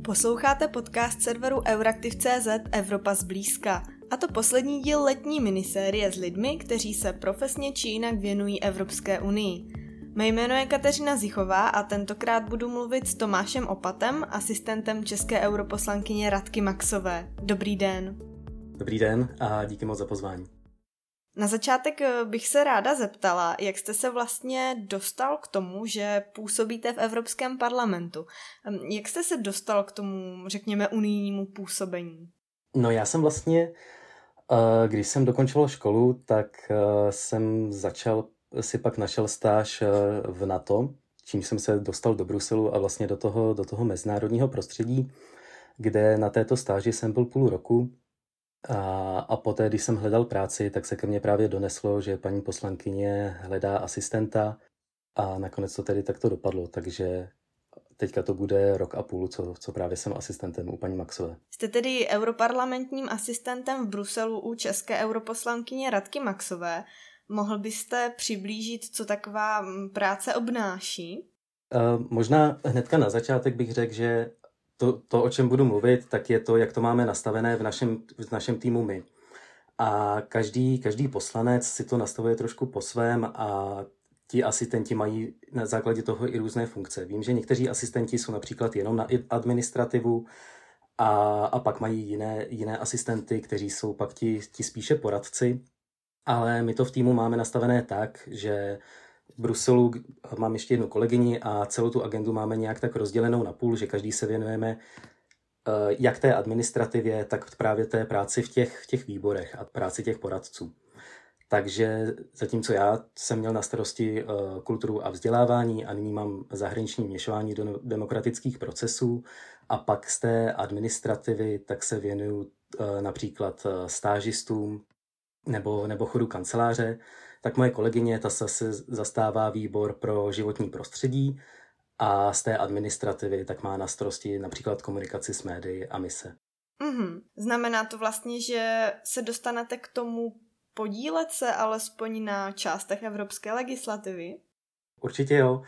Posloucháte podcast serveru Euraktiv.cz Evropa zblízka, a to poslední díl letní minisérie s lidmi, kteří se profesně či jinak věnují Evropské unii. Mé jméno je Kateřina Zichová a tentokrát budu mluvit s Tomášem Opatem, asistentem české europoslankyně Radky Maxové. Dobrý den. Dobrý den a díky moc za pozvání. Na začátek bych se ráda zeptala, jak jste se vlastně dostal k tomu, že působíte v Evropském parlamentu. Jak jste se dostal k tomu, řekněme, unijnímu působení? No já jsem vlastně, když jsem dokončoval školu, tak jsem pak našel stáž v NATO, čím jsem se dostal do Bruselu a vlastně do toho mezinárodního prostředí, kde na této stáži jsem byl půl roku. A poté, když jsem hledal práci, tak se ke mně právě doneslo, že paní poslankyně hledá asistenta a nakonec to tedy takto dopadlo, takže teďka to bude rok a půl, co právě jsem asistentem u paní Maxové. Jste tedy europarlamentním asistentem v Bruselu u české europoslankyně Radky Maxové. Mohl byste přiblížit, co taková práce obnáší? Možná hnedka na začátek bych řekl, že to, o čem budu mluvit, tak je to, jak to máme nastavené v našem týmu my. A každý poslanec si to nastavuje trošku po svém a ti asistenti mají na základě toho i různé funkce. Vím, že někteří asistenti jsou například jenom na administrativu a pak mají jiné asistenty, kteří jsou pak ti spíše poradci. Ale my to v týmu máme nastavené tak, že v Bruselu mám ještě jednu kolegyni a celou tu agendu máme nějak tak rozdělenou na půl, že každý se věnujeme jak té administrativě, tak právě té práci v těch výborech a práci těch poradců. Takže zatímco já jsem měl na starosti kulturu a vzdělávání a nyní mám zahraniční vměšování do demokratických procesů a pak z té administrativy tak se věnuju například stážistům nebo chodu kanceláře, tak moje kolegyně, ta se zastává výbor pro životní prostředí a z té administrativy tak má na starosti například komunikaci s médii a mise. Znamená to vlastně, že se dostanete k tomu podílet se alespoň na částech evropské legislativy? Určitě jo.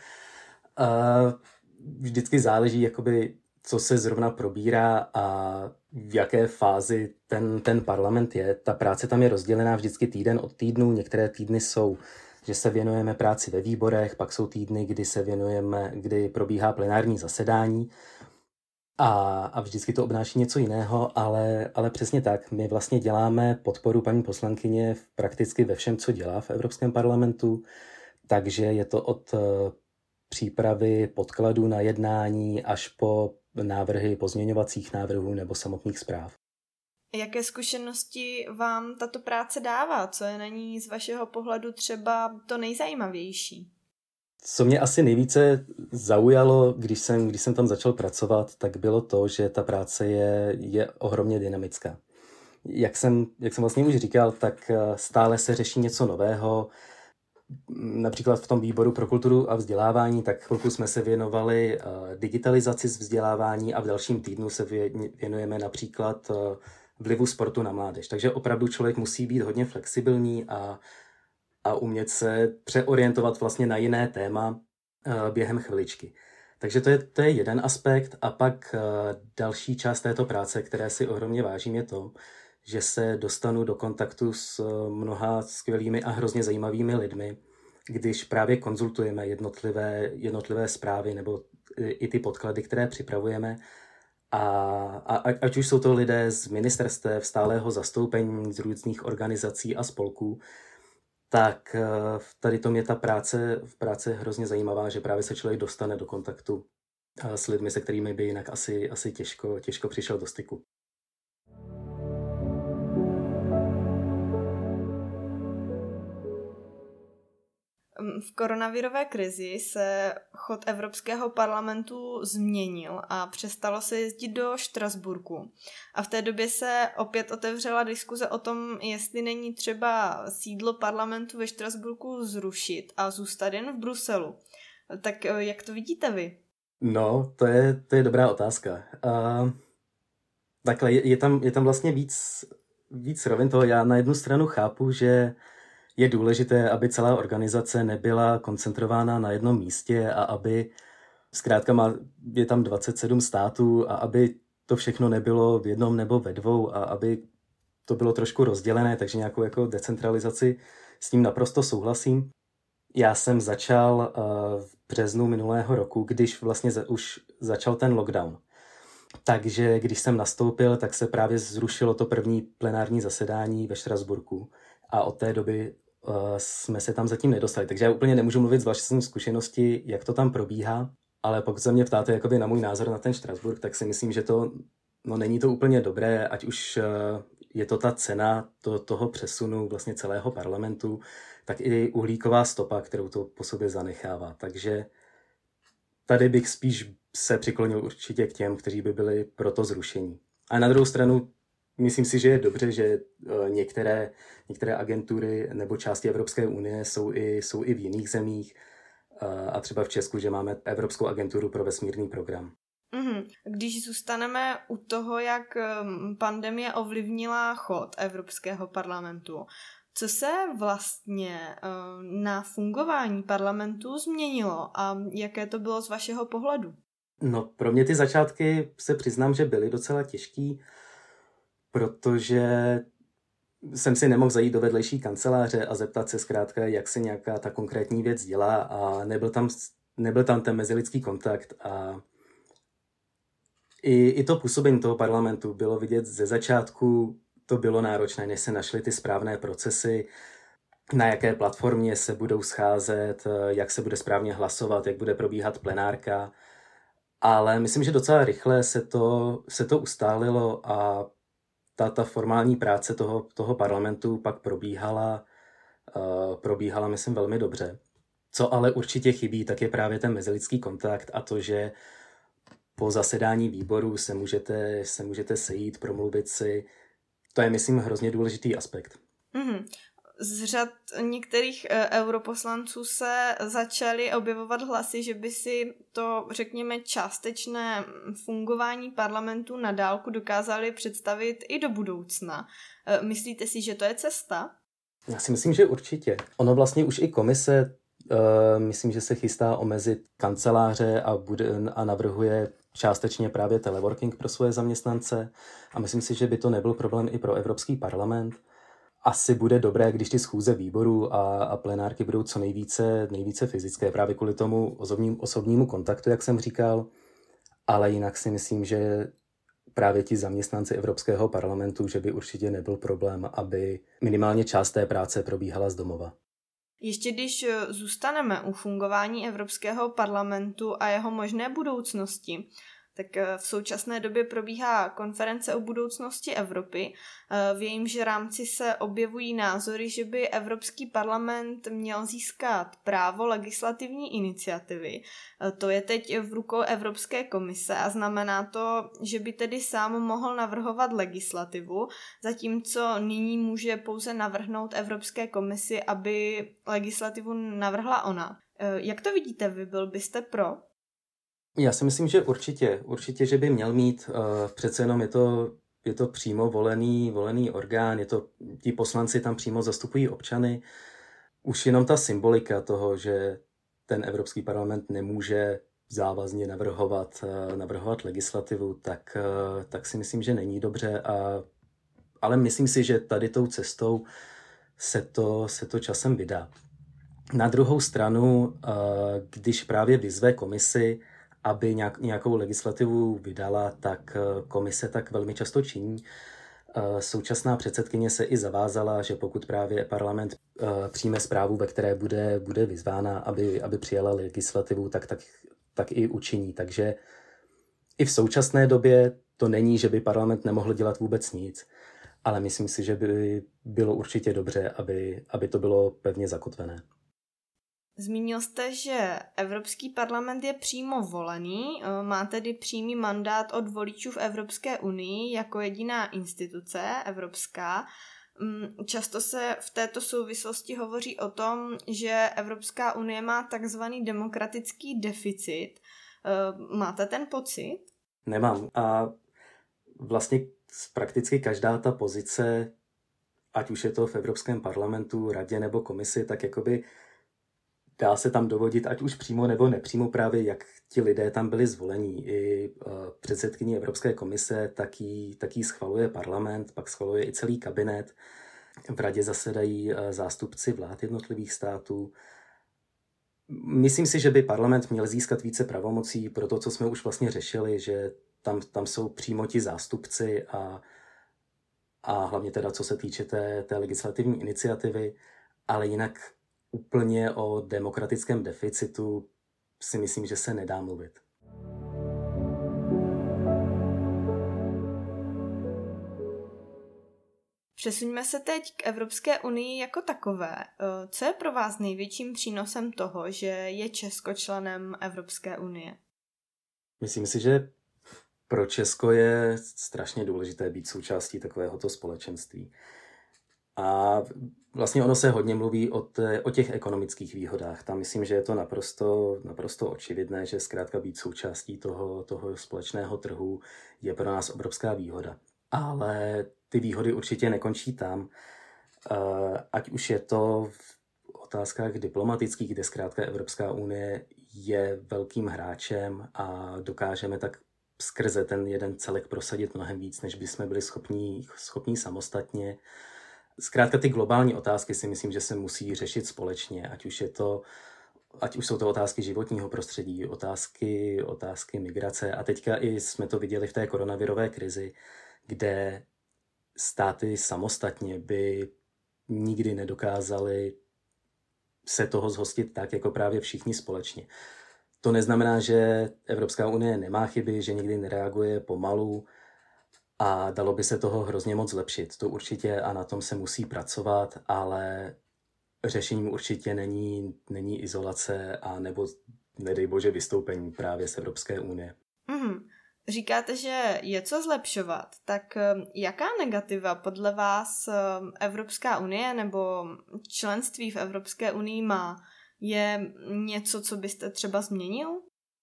Vždycky záleží, jakoby, co se zrovna probírá a v jaké fázi ten parlament je. Ta práce tam je rozdělená vždycky týden od týdnu. Některé týdny jsou, že se věnujeme práci ve výborech, pak jsou týdny, kdy probíhá plenární zasedání a vždycky to obnáší něco jiného, ale přesně tak. My vlastně děláme podporu paní poslankyně prakticky ve všem, co dělá v Evropském parlamentu, takže je to od přípravy podkladů na jednání až po návrhy pozměňovacích návrhů nebo samotných zpráv. Jaké zkušenosti vám tato práce dává? Co je na ní z vašeho pohledu třeba to nejzajímavější? Co mě asi nejvíce zaujalo, když jsem tam začal pracovat, tak bylo to, že ta práce je ohromně dynamická. Jak jsem vlastně už říkal, tak stále se řeší něco nového. Například v tom výboru pro kulturu a vzdělávání, tak chvilku jsme se věnovali digitalizaci z vzdělávání a v dalším týdnu se věnujeme například vlivu sportu na mládež. Takže opravdu člověk musí být hodně flexibilní a umět se přeorientovat vlastně na jiné téma během chviličky. Takže to je jeden aspekt a pak další část této práce, které si ohromně vážím, je to, že se dostanu do kontaktu s mnoha skvělými a hrozně zajímavými lidmi, když právě konzultujeme jednotlivé zprávy nebo i ty podklady, které připravujeme. A ať už jsou to lidé z ministerstev, stálého zastoupení, z různých organizací a spolků, tak tady to je ta práce hrozně zajímavá, že právě se člověk dostane do kontaktu s lidmi, se kterými by jinak asi těžko přišel do styku. V koronavirové krizi se chod Evropského parlamentu změnil a přestalo se jezdit do Štrasburku. A v té době se opět otevřela diskuze o tom, jestli není třeba sídlo parlamentu ve Štrasburku zrušit a zůstat jen v Bruselu. Tak jak to vidíte vy? No, to je dobrá otázka. Takhle, je tam vlastně víc rovin toho. Já na jednu stranu chápu, že je důležité, aby celá organizace nebyla koncentrována na jednom místě a aby Zkrátka je tam 27 států a aby to všechno nebylo v jednom nebo ve dvou a aby to bylo trošku rozdělené, takže nějakou jako decentralizaci s tím naprosto souhlasím. Já jsem začal v březnu minulého roku, když vlastně už začal ten lockdown. Takže když jsem nastoupil, tak se právě zrušilo to první plenární zasedání ve Štrasburku a od té doby jsme se tam zatím nedostali. Takže já úplně nemůžu mluvit z vlastní zkušenosti, jak to tam probíhá, ale pokud se mě ptáte jakoby na můj názor na ten Štrasburk, tak si myslím, že to není to úplně dobré, ať už je to ta cena toho přesunu vlastně celého parlamentu, tak i uhlíková stopa, kterou to po sobě zanechává. Takže tady bych spíš se přiklonil určitě k těm, kteří by byli pro to zrušení. A na druhou stranu myslím si, že je dobře, že některé agentury nebo části Evropské unie jsou i v jiných zemích a třeba v Česku, že máme Evropskou agenturu pro vesmírný program. Když zůstaneme u toho, jak pandemie ovlivnila chod Evropského parlamentu, co se vlastně na fungování parlamentu změnilo a jaké to bylo z vašeho pohledu? No, pro mě ty začátky se přiznám, že byly docela těžký, protože jsem si nemohl zajít do vedlejší kanceláře a zeptat se zkrátka, jak se nějaká ta konkrétní věc dělá a nebyl tam ten mezilidský kontakt a i to působení toho parlamentu bylo vidět ze začátku, to bylo náročné, než se našly ty správné procesy, na jaké platformě se budou scházet, jak se bude správně hlasovat, jak bude probíhat plenárka. Ale myslím, že docela rychle se to ustálilo a ta formální práce toho parlamentu pak probíhala, myslím, velmi dobře. Co ale určitě chybí, tak je právě ten mezilidský kontakt a to, že po zasedání výboru se můžete sejít, promluvit si. To je, myslím, hrozně důležitý aspekt. Z řad některých europoslanců se začaly objevovat hlasy, že by si to, řekněme, částečné fungování parlamentu na dálku dokázali představit i do budoucna. Myslíte si, že to je cesta? Já si myslím, že určitě. Ono vlastně už i komise, myslím, že se chystá omezit kanceláře a navrhuje částečně právě teleworking pro svoje zaměstnance a myslím si, že by to nebyl problém i pro Evropský parlament. Asi bude dobré, když ty schůze výborů a plenárky budou co nejvíce fyzické, právě kvůli tomu osobnímu kontaktu, jak jsem říkal, ale jinak si myslím, že právě ti zaměstnanci Evropského parlamentu, že by určitě nebyl problém, aby minimálně část té práce probíhala z domova. Ještě když zůstaneme u fungování Evropského parlamentu a jeho možné budoucnosti, tak v současné době probíhá konference o budoucnosti Evropy. V jejímž rámci se objevují názory, že by Evropský parlament měl získat právo legislativní iniciativy. To je teď v rukou Evropské komise a znamená to, že by tedy sám mohl navrhovat legislativu, zatímco nyní může pouze navrhnout Evropské komisi, aby legislativu navrhla ona. Jak to vidíte vy? Byl byste pro? Já si myslím, že určitě, že by měl mít, přece jenom je to přímo volený orgán, ti poslanci tam přímo zastupují občany. Už jenom ta symbolika toho, že ten Evropský parlament nemůže závazně navrhovat legislativu, tak si myslím, že není dobře, ale myslím si, že tady tou cestou se to časem vydá. Na druhou stranu, když právě vyzve komisi, aby nějakou legislativu vydala, tak komise tak velmi často činí. Současná předsedkyně se i zavázala, že pokud právě parlament přijme zprávu, ve které bude vyzvána, aby přijala legislativu, tak i učiní. Takže i v současné době to není, že by parlament nemohl dělat vůbec nic, ale myslím si, že by bylo určitě dobře, aby to bylo pevně zakotvené. Zmínil jste, že Evropský parlament je přímo volený, má tedy přímý mandát od voličů v Evropské unii jako jediná instituce evropská. Často se v této souvislosti hovoří o tom, že Evropská unie má takzvaný demokratický deficit. Máte ten pocit? Nemám. A vlastně prakticky každá ta pozice, ať už je to v Evropském parlamentu, radě nebo komisi, tak jakoby dá se tam dovodit, ať už přímo nebo nepřímo právě, jak ti lidé tam byli zvolení. I předsedkyní Evropské komise taky schvaluje parlament, pak schvaluje i celý kabinet. V radě zasedají zástupci vlád jednotlivých států. Myslím si, že by parlament měl získat více pravomocí pro to, co jsme už vlastně řešili, že tam jsou přímo ti zástupci a hlavně teda, co se týče té legislativní iniciativy, ale jinak úplně o demokratickém deficitu si myslím, že se nedá mluvit. Přesuňme se teď k Evropské unii jako takové. Co je pro vás největším přínosem toho, že je Česko členem Evropské unie? Myslím si, že pro Česko je strašně důležité být součástí takovéhoto společenství. A vlastně ono se hodně mluví o těch ekonomických výhodách. Tam myslím, že je to naprosto očividné, že zkrátka být součástí toho společného trhu je pro nás obrovská výhoda. Ale ty výhody určitě nekončí tam. Ať už je to v otázkách diplomatických, kde zkrátka Evropská unie je velkým hráčem a dokážeme tak skrze ten jeden celek prosadit mnohem víc, než bychom byli schopní samostatně. Zkrátka ty globální otázky si myslím, že se musí řešit společně, ať už jsou to otázky životního prostředí, otázky migrace. A teďka i jsme to viděli v té koronavirové krizi, kde státy samostatně by nikdy nedokázali se toho zhostit tak, jako právě všichni společně. To neznamená, že Evropská unie nemá chyby, že nikdy nereaguje pomalu a dalo by se toho hrozně moc zlepšit. To určitě a na tom se musí pracovat, ale řešením určitě není izolace a nebo nedej bože vystoupení právě z Evropské unie. Říkáte, že je co zlepšovat, tak jaká negativa podle vás Evropská unie nebo členství v Evropské unii má? Je něco, co byste třeba změnil?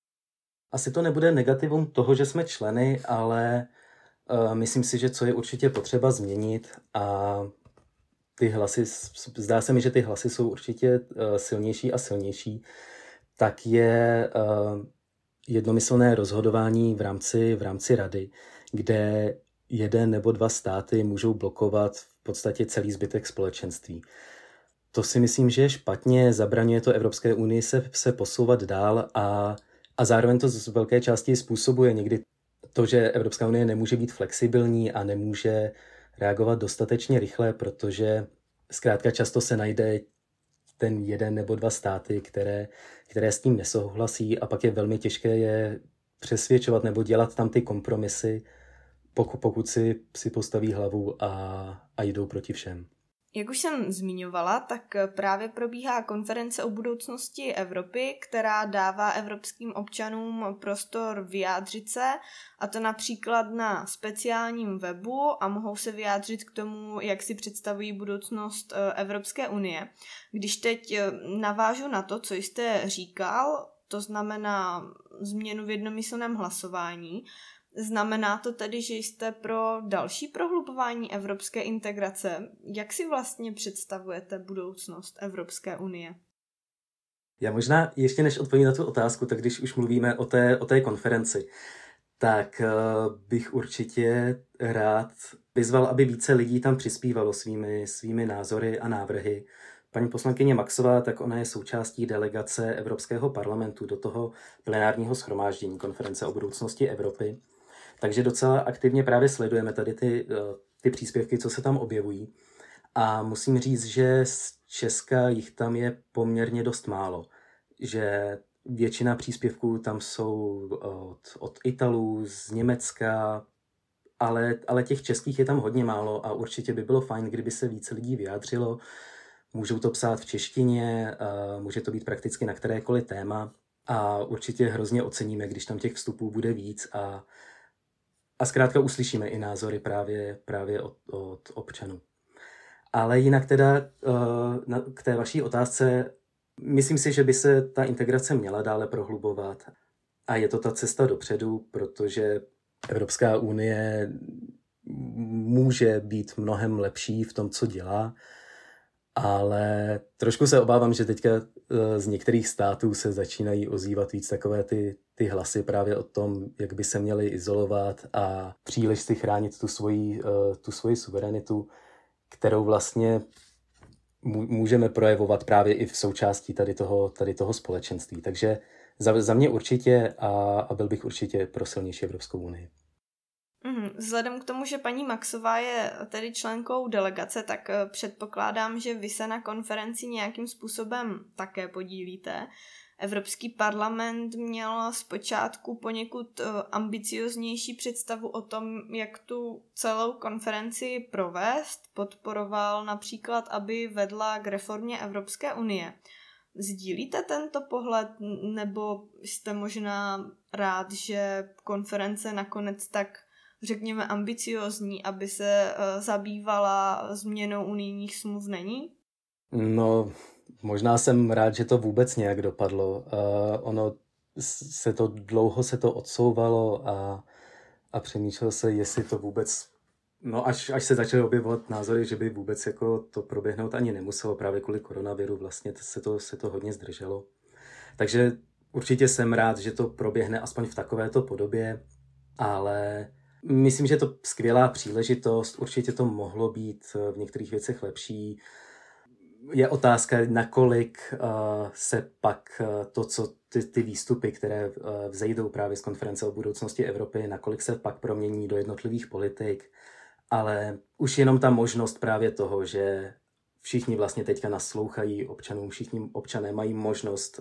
Asi to nebude negativum toho, že jsme členy, ale myslím si, že co je určitě potřeba změnit a ty hlasy, zdá se mi, že ty hlasy jsou určitě silnější a silnější, tak je jednomyslné rozhodování v rámci rady, kde jeden nebo dva státy můžou blokovat v podstatě celý zbytek společenství. To si myslím, že je špatně, zabraňuje to Evropské unii se posouvat dál a zároveň to z velké části způsobuje někdy to, že Evropská unie nemůže být flexibilní a nemůže reagovat dostatečně rychle, protože zkrátka často se najde ten jeden nebo dva státy, které s tím nesouhlasí a pak je velmi těžké je přesvědčovat nebo dělat tam ty kompromisy, pokud si postaví hlavu a jdou proti všem. Jak už jsem zmiňovala, tak právě probíhá konference o budoucnosti Evropy, která dává evropským občanům prostor vyjádřit se, a to například na speciálním webu, a mohou se vyjádřit k tomu, jak si představují budoucnost Evropské unie. Když teď navážu na to, co jste říkal, to znamená změnu v jednomyslném hlasování, znamená to tedy, že jste pro další prohlubování evropské integrace? Jak si vlastně představujete budoucnost Evropské unie? Já možná ještě než odpovím na tu otázku, tak když už mluvíme o té konferenci, tak bych určitě rád vyzval, aby více lidí tam přispívalo svými názory a návrhy. Paní poslankyně Maxová, tak ona je součástí delegace Evropského parlamentu do toho plenárního shromáždění konference o budoucnosti Evropy. Takže docela aktivně právě sledujeme tady ty příspěvky, co se tam objevují. A musím říct, že z Česka jich tam je poměrně dost málo. Že většina příspěvků tam jsou od Italů, z Německa, ale těch českých je tam hodně málo a určitě by bylo fajn, kdyby se více lidí vyjádřilo. Můžou to psát v češtině, může to být prakticky na kterékoliv téma a určitě hrozně oceníme, když tam těch vstupů bude víc a zkrátka uslyšíme i názory právě od občanů. Ale jinak teda k té vaší otázce, myslím si, že by se ta integrace měla dále prohlubovat a je to ta cesta dopředu, protože Evropská unie může být mnohem lepší v tom, co dělá ale trošku se obávám, že teďka z některých států se začínají ozývat víc takové ty hlasy právě o tom, jak by se měli izolovat a příliš si chránit tu svoji suverenitu, kterou vlastně můžeme projevovat právě i v součástí tady toho společenství. Takže za mě určitě a byl bych určitě pro silnější Evropskou unii. Vzhledem k tomu, že paní Maxová je tedy členkou delegace, tak předpokládám, že vy se na konferenci nějakým způsobem také podílíte. Evropský parlament měl zpočátku poněkud ambicioznější představu o tom, jak tu celou konferenci provést. Podporoval například, aby vedla k reformě Evropské unie. Sdílíte tento pohled, nebo jste možná rád, že konference nakonec tak, řekněme, ambiciozní, aby se zabývala změnou unijních smluv není? No, možná jsem rád, že to vůbec nějak dopadlo. Ono dlouho se to odsouvalo a přemýšlel se, jestli to vůbec, no až se začaly objevovat názory, že by vůbec jako to proběhnout ani nemuselo, právě kvůli koronaviru vlastně se to hodně zdrželo. Takže určitě jsem rád, že to proběhne aspoň v takovéto podobě, ale myslím, že je to skvělá příležitost, určitě to mohlo být v některých věcech lepší. Je otázka, nakolik se pak ty výstupy, které vzejdou právě z konference o budoucnosti Evropy, nakolik se pak promění do jednotlivých politik, ale už jenom ta možnost právě toho, že všichni vlastně teďka naslouchají občanům, všichni občané mají možnost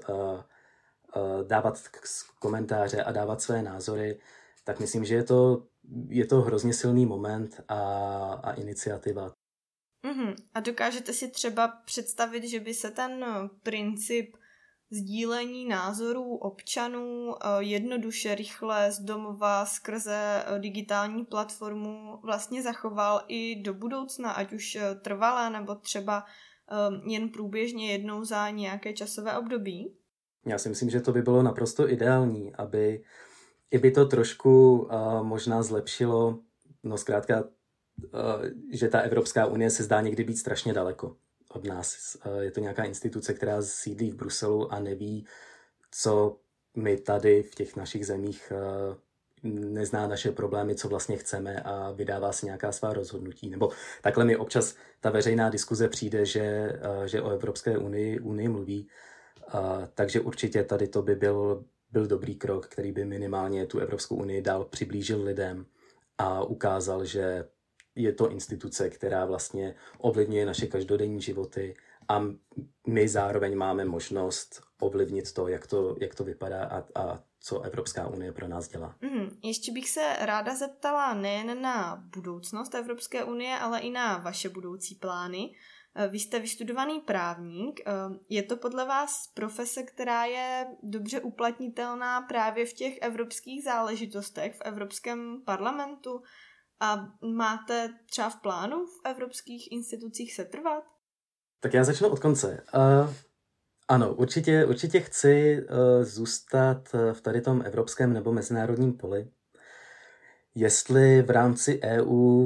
dávat komentáře a dávat své názory, tak myslím, že je to hrozně silný moment a iniciativa. A dokážete si třeba představit, že by se ten princip sdílení názorů občanů jednoduše, rychle z domova skrze digitální platformu vlastně zachoval i do budoucna, ať už trvalé nebo třeba jen průběžně jednou za nějaké časové období? Já si myslím, že to by bylo naprosto ideální, aby i by to trošku možná zlepšilo, no zkrátka, že ta Evropská unie se zdá někdy být strašně daleko od nás. Je to nějaká instituce, která sídlí v Bruselu a neví, co my tady v těch našich zemích, nezná naše problémy, co vlastně chceme a vydává si nějaká svá rozhodnutí. Nebo takhle mi občas ta veřejná diskuze přijde, že o Evropské unii mluví. Takže určitě tady to by byl dobrý krok, který by minimálně tu Evropskou unii dál přiblížil lidem a ukázal, že je to instituce, která vlastně ovlivňuje naše každodenní životy a my zároveň máme možnost ovlivnit to, jak to vypadá a co Evropská unie pro nás dělá. Ještě bych se ráda zeptala nejen na budoucnost Evropské unie, ale i na vaše budoucí plány. Vy jste vystudovaný právník. Je to podle vás profese, která je dobře uplatnitelná právě v těch evropských záležitostech, v Evropském parlamentu? A máte třeba v plánu v evropských institucích setrvat? Tak já začnu od konce. Ano, určitě chci zůstat v tady tom evropském nebo mezinárodním poli. Jestli v rámci EU,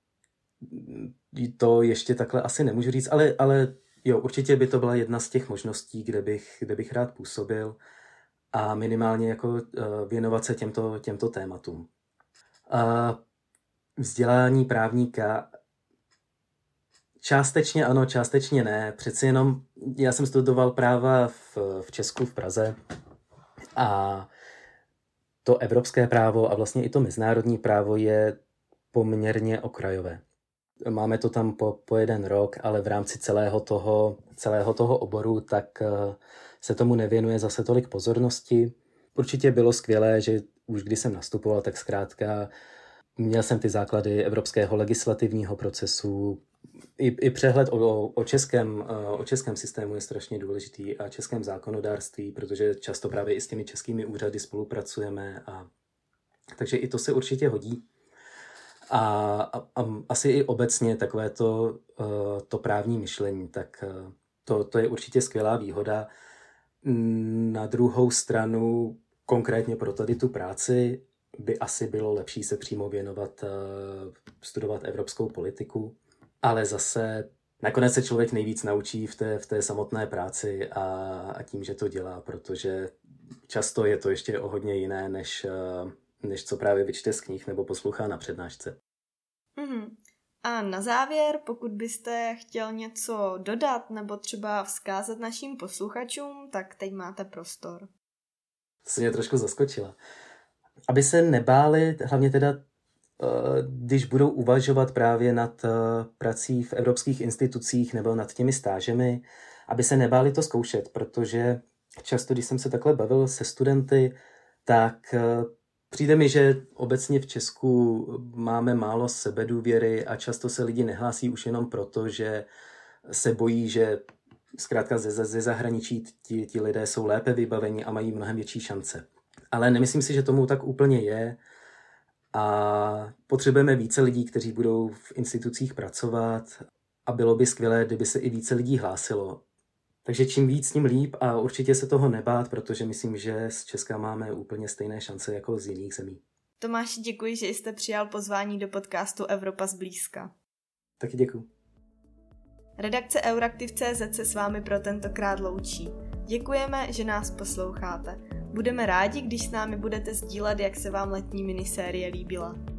to ještě takhle asi nemůžu říct, ale jo, určitě by to byla jedna z těch možností, kde bych rád působil a minimálně jako věnovat se těmto tématům. Vzdělání právníka částečně ano, částečně ne. Přeci jenom já jsem studoval práva v Česku, v Praze a to evropské právo a vlastně i to mezinárodní právo je poměrně okrajové. Máme to tam po 1 rok, ale v rámci celého toho oboru tak se tomu nevěnuje zase tolik pozornosti. Určitě bylo skvělé, že už když jsem nastupoval, tak zkrátka měl jsem ty základy evropského legislativního procesu. I přehled o českém systému je strašně důležitý a českém zákonodárství, protože často právě i s těmi českými úřady spolupracujeme. Takže i to se určitě hodí. A asi i obecně takové to právní myšlení, tak to je určitě skvělá výhoda. Na druhou stranu, konkrétně pro tady tu práci, by asi bylo lepší se přímo věnovat, studovat evropskou politiku, ale zase nakonec se člověk nejvíc naučí v té samotné práci a tím, že to dělá, protože často je to ještě o hodně jiné, než co právě vyčte z knih nebo poslouchá na přednášce. A na závěr, pokud byste chtěl něco dodat nebo třeba vzkázat našim posluchačům, tak teď máte prostor. To se mě trošku zaskočila. Aby se nebáli, hlavně teda, když budou uvažovat právě nad prací v evropských institucích nebo nad těmi stážemi, aby se nebáli to zkoušet, protože často, když jsem se takhle bavil se studenty, tak přijde mi, že obecně v Česku máme málo sebedůvěry a často se lidi nehlásí už jenom proto, že se bojí, že zkrátka ze zahraničí ti lidé jsou lépe vybaveni a mají mnohem větší šance. Ale nemyslím si, že tomu tak úplně je a potřebujeme více lidí, kteří budou v institucích pracovat a bylo by skvělé, kdyby se i více lidí hlásilo. Takže čím víc, tím líp a určitě se toho nebát, protože myslím, že z Česka máme úplně stejné šance jako z jiných zemí. Tomáši, děkuji, že jste přijal pozvání do podcastu Evropa zblízka. Taky děkuji. Redakce Euraktiv.cz se s vámi pro tentokrát loučí. Děkujeme, že nás posloucháte. Budeme rádi, když s námi budete sdílet, jak se vám letní minisérie líbila.